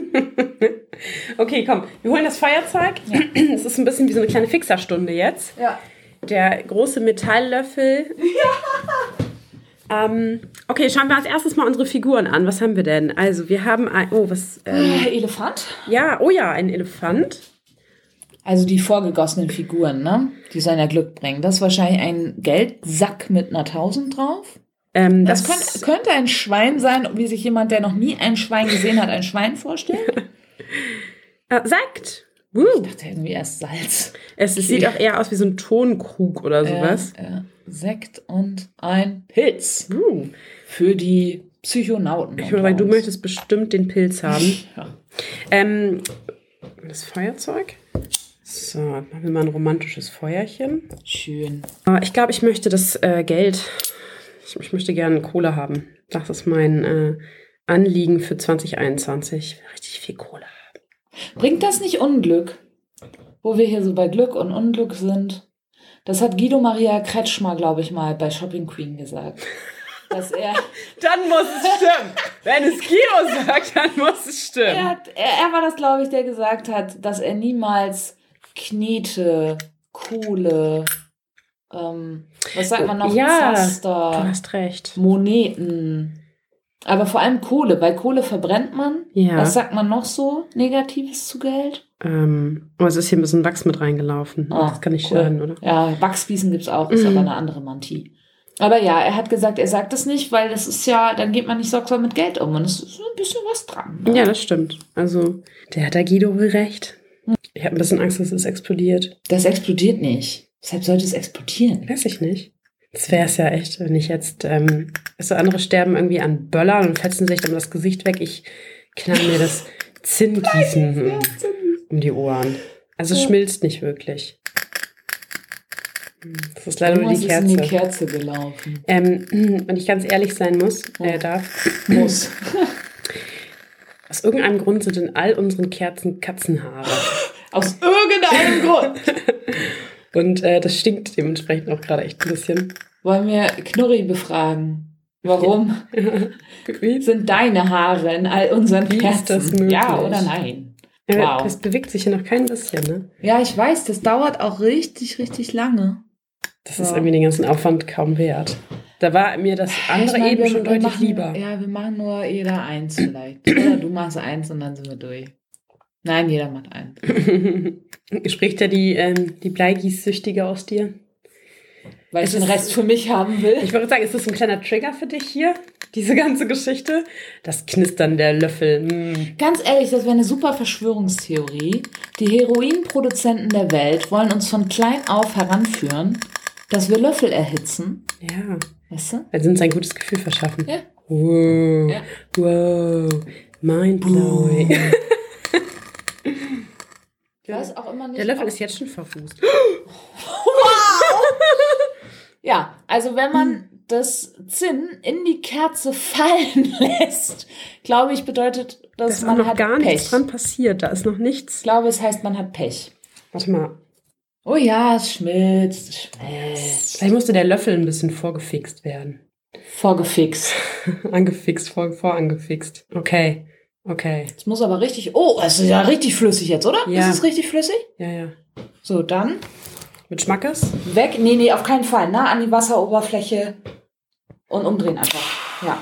habe. Okay, komm. Wir holen das Feuerzeug. Ja. Es ist ein bisschen wie so eine kleine Fixerstunde jetzt. Ja. Der große Metalllöffel. Ja. Okay, schauen wir als erstes mal unsere Figuren an. Was haben wir denn? Also, wir haben Elefant? Ja, ein Elefant. Also die vorgegossenen Figuren, ne? Die sollen ja Glück bringen. Das ist wahrscheinlich ein Geldsack mit einer 1000 drauf. Das könnte ein Schwein sein, wie sich jemand, der noch nie ein Schwein gesehen hat, ein Schwein vorstellt. Sekt. Ich dachte irgendwie erst Salz. Es sieht auch eher aus wie so ein Tonkrug oder sowas. Sekt und ein Pilz. Für die Psychonauten. Ich würde sagen, du möchtest bestimmt den Pilz haben. Ja. Das Feuerzeug. So, machen wir mal ein romantisches Feuerchen. Schön. Ich glaube, ich möchte das Geld... Ich möchte gerne Kohle haben. Das ist mein Anliegen für 2021. Ich will richtig viel Kohle haben. Bringt das nicht Unglück? Wo wir hier so bei Glück und Unglück sind. Das hat Guido Maria Kretschmer, glaube ich, mal bei Shopping Queen gesagt. Dass er... Dann muss es stimmen. Wenn es Guido sagt, dann muss es stimmen. Er war das, glaube ich, der gesagt hat, dass er niemals Knete, Kohle... was sagt man noch? Ja, Zaster, du hast recht. Moneten. Aber vor allem Kohle. Bei Kohle verbrennt man. Ja. Was sagt man noch so Negatives zu Geld? Es ist hier ein bisschen Wachs mit reingelaufen. Das kann nicht schaden, oder? Ja, Wachsgießen gibt's auch. Ist aber eine andere Mantie. Aber ja, er hat gesagt, er sagt das nicht, weil das ist ja, dann geht man nicht sorgsam mit Geld um. Und es ist ein bisschen was dran. Ne? Ja, das stimmt. Also, der hat da Guido wohl recht. Ich habe ein bisschen Angst, dass es explodiert. Das explodiert nicht. Deshalb sollte es explodieren. Weiß ich nicht. Das wäre es ja echt, wenn ich jetzt, so andere sterben irgendwie an Böllern und fetzen sich dann das Gesicht weg. Ich knall mir das Zinngießen um die Ohren. Also es schmilzt nicht wirklich. Das ist leider nur die Kerze. Ist in die Kerze gelaufen. Wenn ich ganz ehrlich sein muss, muss. Aus irgendeinem Grund sind in all unseren Kerzen Katzenhaare. Aus irgendeinem Grund. Und das stinkt dementsprechend auch gerade echt ein bisschen. Wollen wir Knurri befragen? Warum sind deine Haare in all unseren Kerzen? Ist das möglich? Ja oder nein? Ja, wow. Das bewegt sich hier noch kein bisschen, ne? Ja, ich weiß, das dauert auch richtig, richtig lange. Das ist irgendwie den ganzen Aufwand kaum wert. Da war mir das andere eben schon deutlich lieber. Ja, wir machen nur jeder eins vielleicht. Oder du machst eins und dann sind wir durch. Nein, jeder macht eins. Spricht ja die Bleigießsüchtige aus dir? Weil ich den Rest für mich haben will. Ich würde sagen, ist das ein kleiner Trigger für dich hier? Diese ganze Geschichte? Das Knistern der Löffel. Ganz ehrlich, das wäre eine super Verschwörungstheorie. Die Heroinproduzenten der Welt wollen uns von klein auf heranführen, dass wir Löffel erhitzen. Ja. Weißt du? Weil sie uns ein gutes Gefühl verschaffen. Ja. Wow. Ja. Wow. Mindblowing. Ich weiß auch immer nicht. Der Löffel ist jetzt schon verfußt. Ja, also wenn man das Zinn in die Kerze fallen lässt, glaube ich, bedeutet das, Ist man noch hat gar Pech. nichts dran passiert. Da ist noch nichts. Ich glaube, es heißt, man hat Pech. Warte mal. Oh ja, es schmilzt, es schmilzt. Vielleicht musste der Löffel ein bisschen vorgefixt werden. Vorgefixt. Angefixt, vorangefixt. Okay. Es muss aber richtig... Oh, es ist ja richtig flüssig jetzt, oder? Ja. Ist es richtig flüssig? Ja. So, dann Mit Schmackes? weg. Nee, auf keinen Fall. Nah an die Wasseroberfläche und umdrehen einfach. Ja.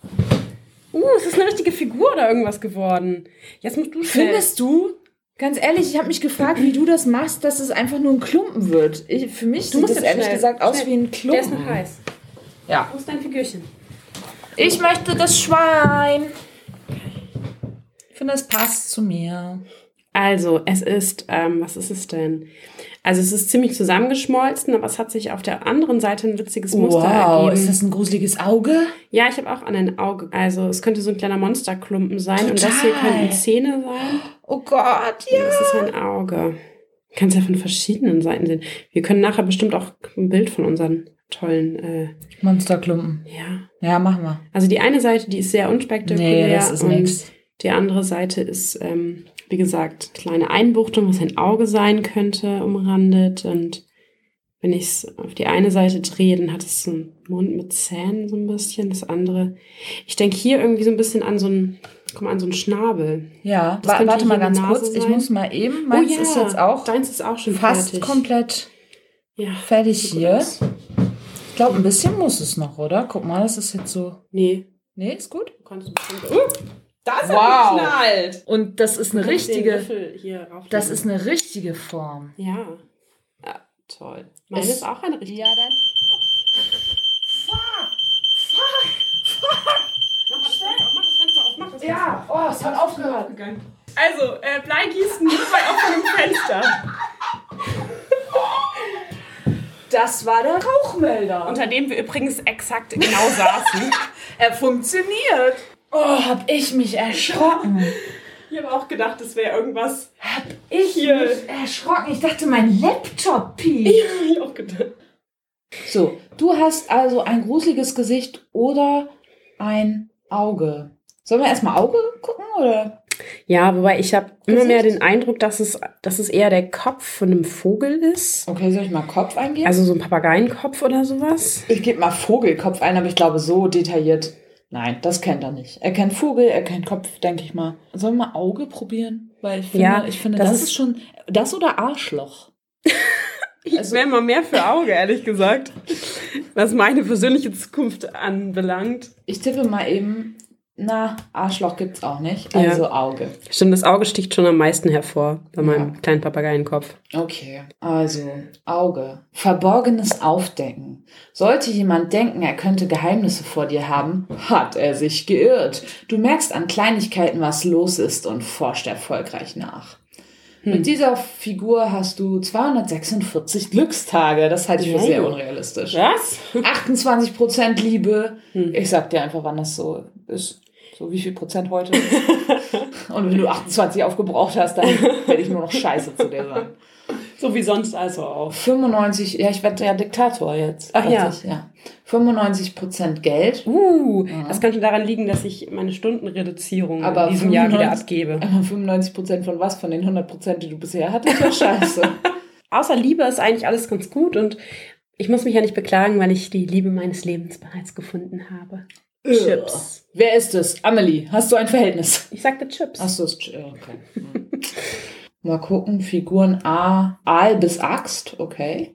Es ist eine richtige Figur oder irgendwas geworden. Jetzt musst du schnell. Findest du? Ganz ehrlich, ich habe mich gefragt, wie du das machst, dass es einfach nur ein Klumpen wird. Für mich sieht das ehrlich gesagt aus wie ein Klumpen. Der ist noch heiß. Ja. Wo ist dein Figürchen? Ich möchte das Schwein. Ich finde, es passt zu mir. Also, es ist, was ist es denn? Also, es ist ziemlich zusammengeschmolzen, aber es hat sich auf der anderen Seite ein witziges Muster ergeben. Ist das ein gruseliges Auge? Ja, ich habe auch an ein Auge. Also, es könnte so ein kleiner Monsterklumpen sein. Total. Und das hier könnten Zähne sein. Oh Gott, ja. Das ist ein Auge. Du kannst ja von verschiedenen Seiten sehen. Wir können nachher bestimmt auch ein Bild von unseren tollen, Monsterklumpen. ja. Ja, machen wir. Also, die eine Seite, die ist sehr unspektakulär. Nee, das ist und nix. die andere Seite ist, wie gesagt, kleine Einbuchtung, was ein Auge sein könnte, umrandet. Und wenn ich es auf die eine Seite drehe, dann hat es so einen Mund mit Zähnen so ein bisschen. Das andere, ich denke hier irgendwie so ein bisschen an so einen Schnabel. Ja, Das könnte warte mal hier eine ganz kurz. Nase Ich sein. muss mal eben. Meins ist jetzt auch Deins ist auch schon fast fertig. komplett Ja, fertig sieht gut hier. aus. Ich glaube, ein bisschen muss es noch, oder? Guck mal, das ist jetzt so... Nee. Nee, ist gut. Du kannst bestimmt. Da ist Wow. geknallt. Und das ist eine Du kannst den richtige... Löffel hier rauflegen. Das ist eine richtige Form. Ja. Ja, toll. Meine Es- ist auch eine richtige. Ja, dann... Mach das Fenster auf, mach das Fenster Ja, oh, es hat aufgehört. Also, Bleigießen nur bei offenem Fenster. Das war der Rauchmelder. Unter dem wir übrigens exakt genau saßen. Er funktioniert. Oh, hab ich mich erschrocken. Ich habe auch gedacht, es wäre irgendwas. Ich Hier. mich erschrocken. Ich dachte, mein Laptop piept. Hab ich auch gedacht. So, du hast also ein gruseliges Gesicht oder ein Auge. Sollen wir erstmal Auge gucken, oder? Ja, wobei ich habe immer Gesicht? mehr den Eindruck, dass es eher der Kopf von einem Vogel ist. Okay, soll ich mal Kopf eingeben? Also so ein Papageienkopf oder sowas. Ich gebe mal Vogelkopf ein, aber ich glaube, so detailliert. Nein, das kennt er nicht. Er kennt Vogel, er kennt Kopf, denke ich mal. Sollen wir mal Auge probieren? Weil ich finde, das ist schon... Das oder Arschloch? Ich wäre mal mehr für Auge, ehrlich gesagt. Was meine persönliche Zukunft anbelangt. Ich tippe mal eben... Na, Arschloch gibt's auch nicht. Also Auge. Stimmt, das Auge sticht schon am meisten hervor bei meinem kleinen Papageienkopf. Okay, also Auge. Verborgenes Aufdecken. Sollte jemand denken, er könnte Geheimnisse vor dir haben, hat er sich geirrt. Du merkst an Kleinigkeiten, was los ist und forscht erfolgreich nach. Mit dieser Figur hast du 246 Glückstage. Das halte ich für sehr unrealistisch. Was? 28% Liebe. Ich sag dir einfach, wann das so ist. So wie viel Prozent heute. Und wenn du 28 aufgebraucht hast, dann werde ich nur noch Scheiße zu dir sagen. So wie sonst also auch. 95, ja, ich werde ja Diktator jetzt. Ach ja. 95% Geld. Das kann schon daran liegen, dass ich meine Stundenreduzierung Aber in diesem Jahr wieder abgebe. Aber 95% von was? Von den 100%, die du bisher hattest? Ja, scheiße. Außer Liebe ist eigentlich alles ganz gut und ich muss mich ja nicht beklagen, weil ich die Liebe meines Lebens bereits gefunden habe. Chips. Wer ist es? Amelie, hast du ein Verhältnis? Ich sagte Chips. Ach so, okay. Mal gucken, Figuren A, Aal bis Axt, okay.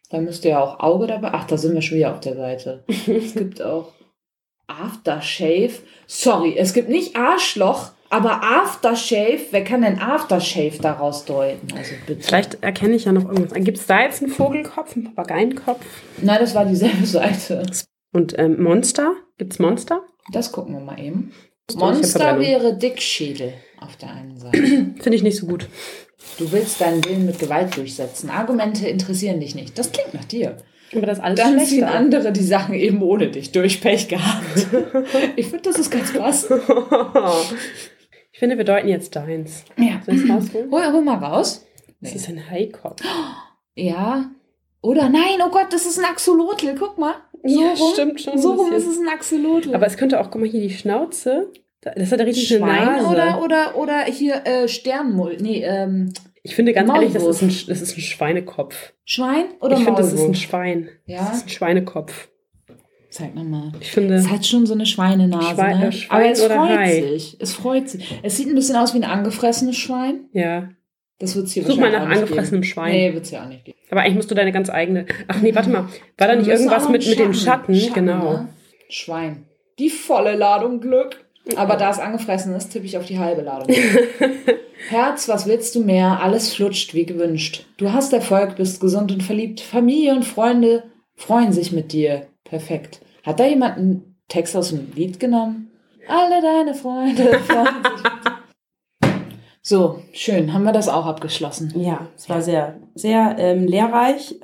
Da müsste ja auch Auge dabei. Ach, da sind wir schon wieder auf der Seite. Es gibt auch Aftershave. Sorry, es gibt nicht Arschloch, aber Aftershave. Wer kann denn Aftershave daraus deuten? Also bitte. Vielleicht erkenne ich ja noch irgendwas. Gibt es da jetzt einen Vogelkopf, einen Papageienkopf? Nein, das war dieselbe Seite. Und Monster? Gibt's Monster? Das gucken wir mal eben. Ich Monster habe wäre Dickschädel auf der einen Seite. Finde ich nicht so gut. Du willst deinen Willen mit Gewalt durchsetzen. Argumente interessieren dich nicht. Das klingt nach dir. Aber das ist alles Dann schlechter. ziehen andere die Sachen eben ohne dich durch. Pech gehabt. Ich finde, das ist ganz passend. Ich finde, wir deuten jetzt deins. Ja. Soll ich es rausholen? Hol mal raus. Das ist ein Haikopf. Ja. Oder nein, oh Gott, das ist ein Axolotl. Guck mal. So Ja, rum, stimmt schon. So ein rum bisschen. ist es ein Axolotl. Aber es könnte auch, guck mal hier, die Schnauze. Das hat eine richtige Schwein Nase. oder hier Sternmull. Nee, Ich finde ganz ehrlich, das Maulwurf. ist ein Schweinekopf. Schwein oder Ich finde, das ist Maulwurf? ein Schwein. Ja? Das ist ein Schweinekopf. Zeig mal. Ich finde, Es hat schon so eine Schweinenase, ne? Schwein Aber es oder freut Hai? sich. Es freut sich. Es sieht ein bisschen aus wie ein angefressenes Schwein. ja. Das wird es hier Such mal wahrscheinlich nach auch nicht angefressenem geben. Schwein. Nee, wird es ja auch nicht geben. Aber eigentlich musst du deine ganz eigene. Ach nee, warte mal. War da nicht Wir müssen irgendwas auch mit dem Schatten? Genau. Ne? Schwein. Die volle Ladung Glück. Aber da es angefressen ist, tippe ich auf die halbe Ladung. Herz, was willst du mehr? Alles flutscht wie gewünscht. Du hast Erfolg, bist gesund und verliebt. Familie und Freunde freuen sich mit dir. Perfekt. Hat da jemand einen Text aus dem Lied genommen? Alle deine Freunde freuen sich mit dir. So, schön. Haben wir das auch abgeschlossen. Ja, es war sehr, sehr lehrreich.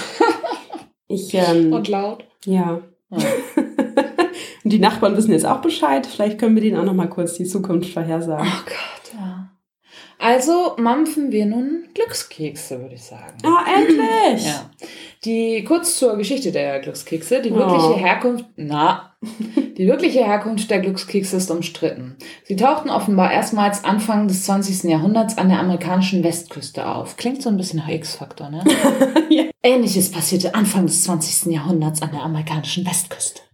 Und laut. Ja. Ja. Und die Nachbarn wissen jetzt auch Bescheid. Vielleicht können wir denen auch noch mal kurz die Zukunft vorhersagen. Oh Gott, ja. Also mampfen wir nun Glückskekse, würde ich sagen. Ah, endlich! Ja. Kurz zur Geschichte der Glückskekse. Die wirkliche Herkunft der Glückskekse ist umstritten. Sie tauchten offenbar erstmals Anfang des 20. Jahrhunderts an der amerikanischen Westküste auf. Klingt so ein bisschen nach X-Faktor, ne? Ja. Ähnliches passierte Anfang des 20. Jahrhunderts an der amerikanischen Westküste.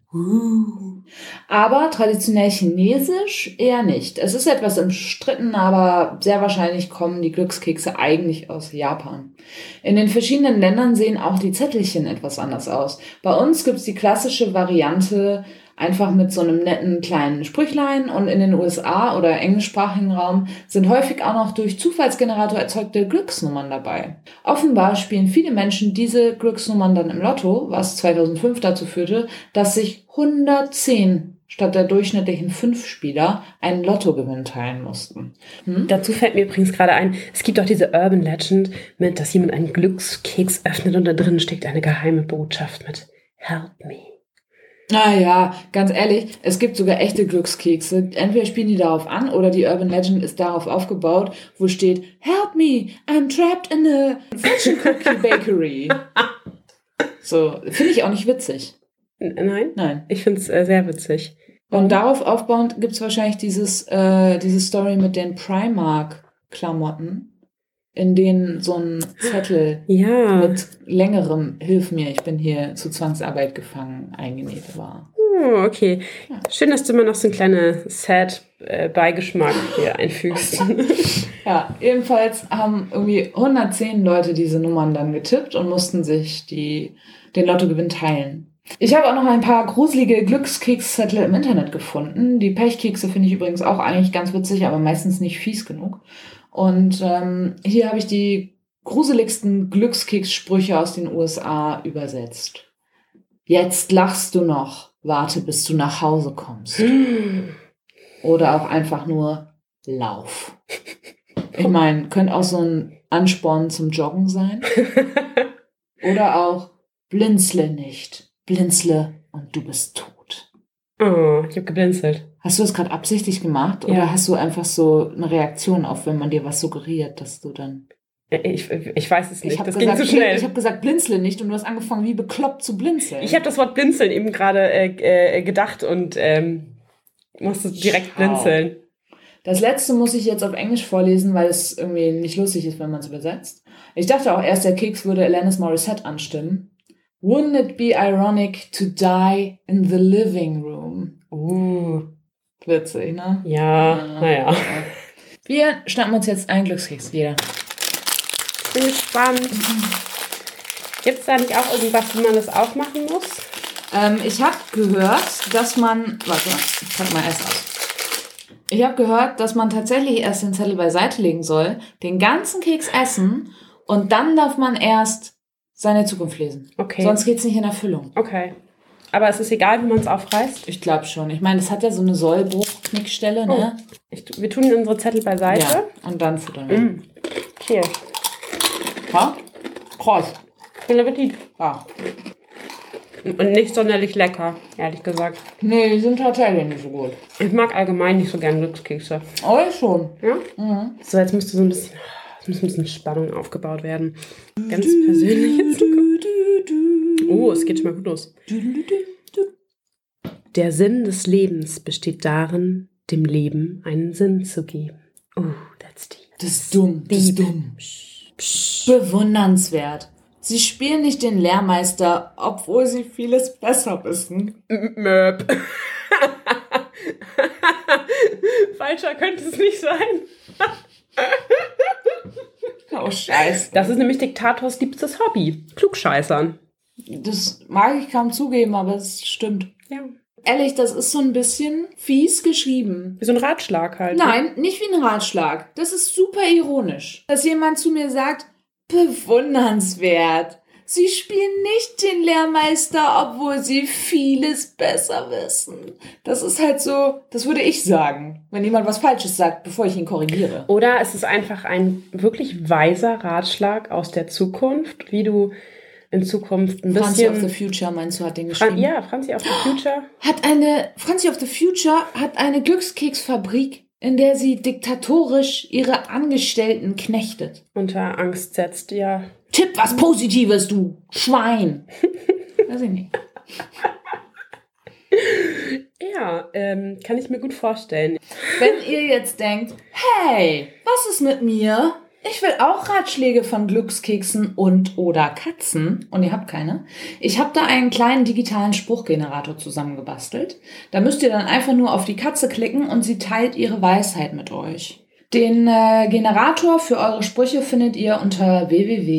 Aber traditionell chinesisch eher nicht. Es ist etwas umstritten, aber sehr wahrscheinlich kommen die Glückskekse eigentlich aus Japan. In den verschiedenen Ländern sehen auch die Zettelchen etwas anders aus. Bei uns gibt's die klassische Variante einfach mit so einem netten kleinen Sprüchlein, und in den USA oder englischsprachigen Raum sind häufig auch noch durch Zufallsgenerator erzeugte Glücksnummern dabei. Offenbar spielen viele Menschen diese Glücksnummern dann im Lotto, was 2005 dazu führte, dass sich 110 statt der durchschnittlichen 5 Spieler einen Lottogewinn teilen mussten. Dazu fällt mir übrigens gerade ein, es gibt auch diese Urban Legend, dass jemand einen Glückskeks öffnet und da drin steckt eine geheime Botschaft mit Help me. Naja, ganz ehrlich, es gibt sogar echte Glückskekse. Entweder spielen die darauf an oder die Urban Legend ist darauf aufgebaut, wo steht, Help me, I'm trapped in a fortune cookie bakery. So, finde ich auch nicht witzig. Nein? Nein. Ich finde es sehr witzig. Und darauf aufbauend gibt es wahrscheinlich diese Story mit den Primark-Klamotten, in denen so ein Zettel mit längerem Hilf mir, ich bin hier zu Zwangsarbeit gefangen eingenäht war. Oh, okay. Ja. Schön, dass du immer noch so einen kleinen Sad-Beigeschmack hier einfügst. Ja, jedenfalls haben irgendwie 110 Leute diese Nummern dann getippt und mussten sich den Lottogewinn teilen. Ich habe auch noch ein paar gruselige Glückskekszettel im Internet gefunden. Die Pechkekse finde ich übrigens auch eigentlich ganz witzig, aber meistens nicht fies genug. Und hier habe ich die gruseligsten Glückskekssprüche aus den USA übersetzt. Jetzt lachst du noch, warte bis du nach Hause kommst. Oder auch einfach nur Lauf. Ich meine, könnte auch so ein Ansporn zum Joggen sein. Oder auch blinzle nicht, blinzle und du bist tot. Oh, ich habe geblinzelt. Hast du das gerade absichtlich gemacht? Oder Ja. hast du einfach so eine Reaktion auf, wenn man dir was suggeriert, dass du dann... Ich weiß es nicht, das ging ging zu schnell. Ich habe gesagt, blinzle nicht und du hast angefangen, wie bekloppt zu blinzeln. Ich habe das Wort blinzeln eben gerade gedacht und musste direkt blinzeln. Das letzte muss ich jetzt auf Englisch vorlesen, weil es irgendwie nicht lustig ist, wenn man es übersetzt. Ich dachte auch erst, der Keks würde Alanis Morissette anstimmen. Wouldn't it be ironic to die in the living room? Witzig, ne? Ja, naja. Wir schnappen uns jetzt einen Glückskeks, jeder. Ich bin gespannt. Gibt es da nicht auch irgendwas, wie man das aufmachen muss? Ich habe gehört, dass man... Warte, ich pack mal erst aus. Ich habe gehört, dass man tatsächlich erst den Zettel beiseite legen soll, den ganzen Keks essen und dann darf man erst seine Zukunft lesen. Okay. Sonst geht's nicht in Erfüllung. Okay. Aber es ist egal, wie man es aufreißt? Ich glaube schon. Ich meine, das hat ja so eine Sollbruch-Knickstelle, ne? Wir tun unsere Zettel beiseite. Ja, und dann futtern wir. Cheers. Ja? Prost. Guten Appetit. Ja. Und nicht sonderlich lecker, ehrlich gesagt. Nee, die sind tatsächlich nicht so gut. Ich mag allgemein nicht so gern Glückskekse. Oh, ich schon. Ja? Mhm. So, jetzt musst du so ein bisschen... Es muss ein bisschen Spannung aufgebaut werden. Ganz persönlich. Oh, es geht schon mal gut los. Der Sinn des Lebens besteht darin, dem Leben einen Sinn zu geben. Oh, that's deep. Das ist dumm. Das ist dumm. Bewundernswert. Sie spielen nicht den Lehrmeister, obwohl sie vieles besser wissen. Möp. Falscher könnte es nicht sein. Oh, Scheiße. Das ist nämlich Diktators liebstes Hobby. Klugscheißern. Das mag ich kaum zugeben, aber es stimmt. Ja. Ehrlich, das ist so ein bisschen fies geschrieben. Wie so ein Ratschlag halt. Nein, nicht wie ein Ratschlag. Das ist super ironisch. Dass jemand zu mir sagt, bewundernswert. Sie spielen nicht den Lehrmeister, obwohl sie vieles besser wissen. Das ist halt so, das würde ich sagen, wenn jemand was Falsches sagt, bevor ich ihn korrigiere. Oder es ist einfach ein wirklich weiser Ratschlag aus der Zukunft, wie du in Zukunft ein Franzi bisschen... of the Future, meinst du, hat den geschrieben? Ja, Franzi of the Future. Franzi of the Future hat eine Glückskeksfabrik, in der sie diktatorisch ihre Angestellten knechtet. Unter Angst setzt, ja. Tipp was Positives, du Schwein. Weiß ich nicht. Ja, kann ich mir gut vorstellen. Wenn ihr jetzt denkt, hey, was ist mit mir? Ich will auch Ratschläge von Glückskeksen und oder Katzen. Und ihr habt keine. Ich habe da einen kleinen digitalen Spruchgenerator zusammengebastelt. Da müsst ihr dann einfach nur auf die Katze klicken und sie teilt ihre Weisheit mit euch. Den Generator für eure Sprüche findet ihr unter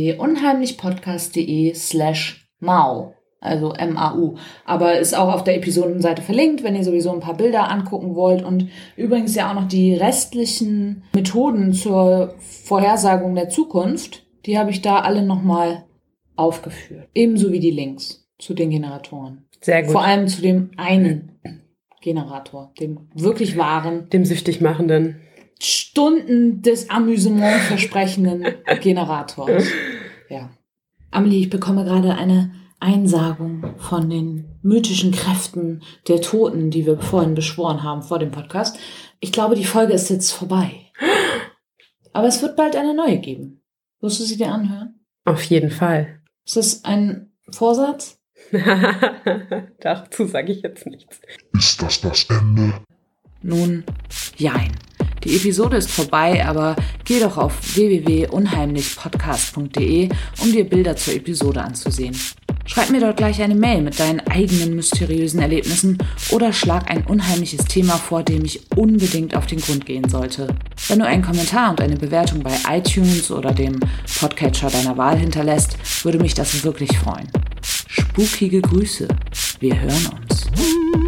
www.unheimlichpodcast.de/mau. Also MAU. Aber ist auch auf der Episodenseite verlinkt, wenn ihr sowieso ein paar Bilder angucken wollt. Und übrigens ja auch noch die restlichen Methoden zur Vorhersagung der Zukunft, die habe ich da alle nochmal aufgeführt. Ebenso wie die Links zu den Generatoren. Sehr gut. Vor allem zu dem einen Generator, dem wirklich wahren, Dem süchtig machenden. Stunden des Amüsements versprechenden Generators. Ja. Amelie, ich bekomme gerade eine Einsagung von den mythischen Kräften der Toten, die wir vorhin beschworen haben vor dem Podcast. Ich glaube, die Folge ist jetzt vorbei. Aber es wird bald eine neue geben. Wirst du sie dir anhören? Auf jeden Fall. Ist das ein Vorsatz? Dazu sage ich jetzt nichts. Ist das das Ende? Nun, jein. Die Episode ist vorbei, aber geh doch auf www.unheimlichpodcast.de, um dir Bilder zur Episode anzusehen. Schreib mir dort gleich eine Mail mit deinen eigenen mysteriösen Erlebnissen oder schlag ein unheimliches Thema vor, dem ich unbedingt auf den Grund gehen sollte. Wenn du einen Kommentar und eine Bewertung bei iTunes oder dem Podcatcher deiner Wahl hinterlässt, würde mich das wirklich freuen. Spukige Grüße. Wir hören uns.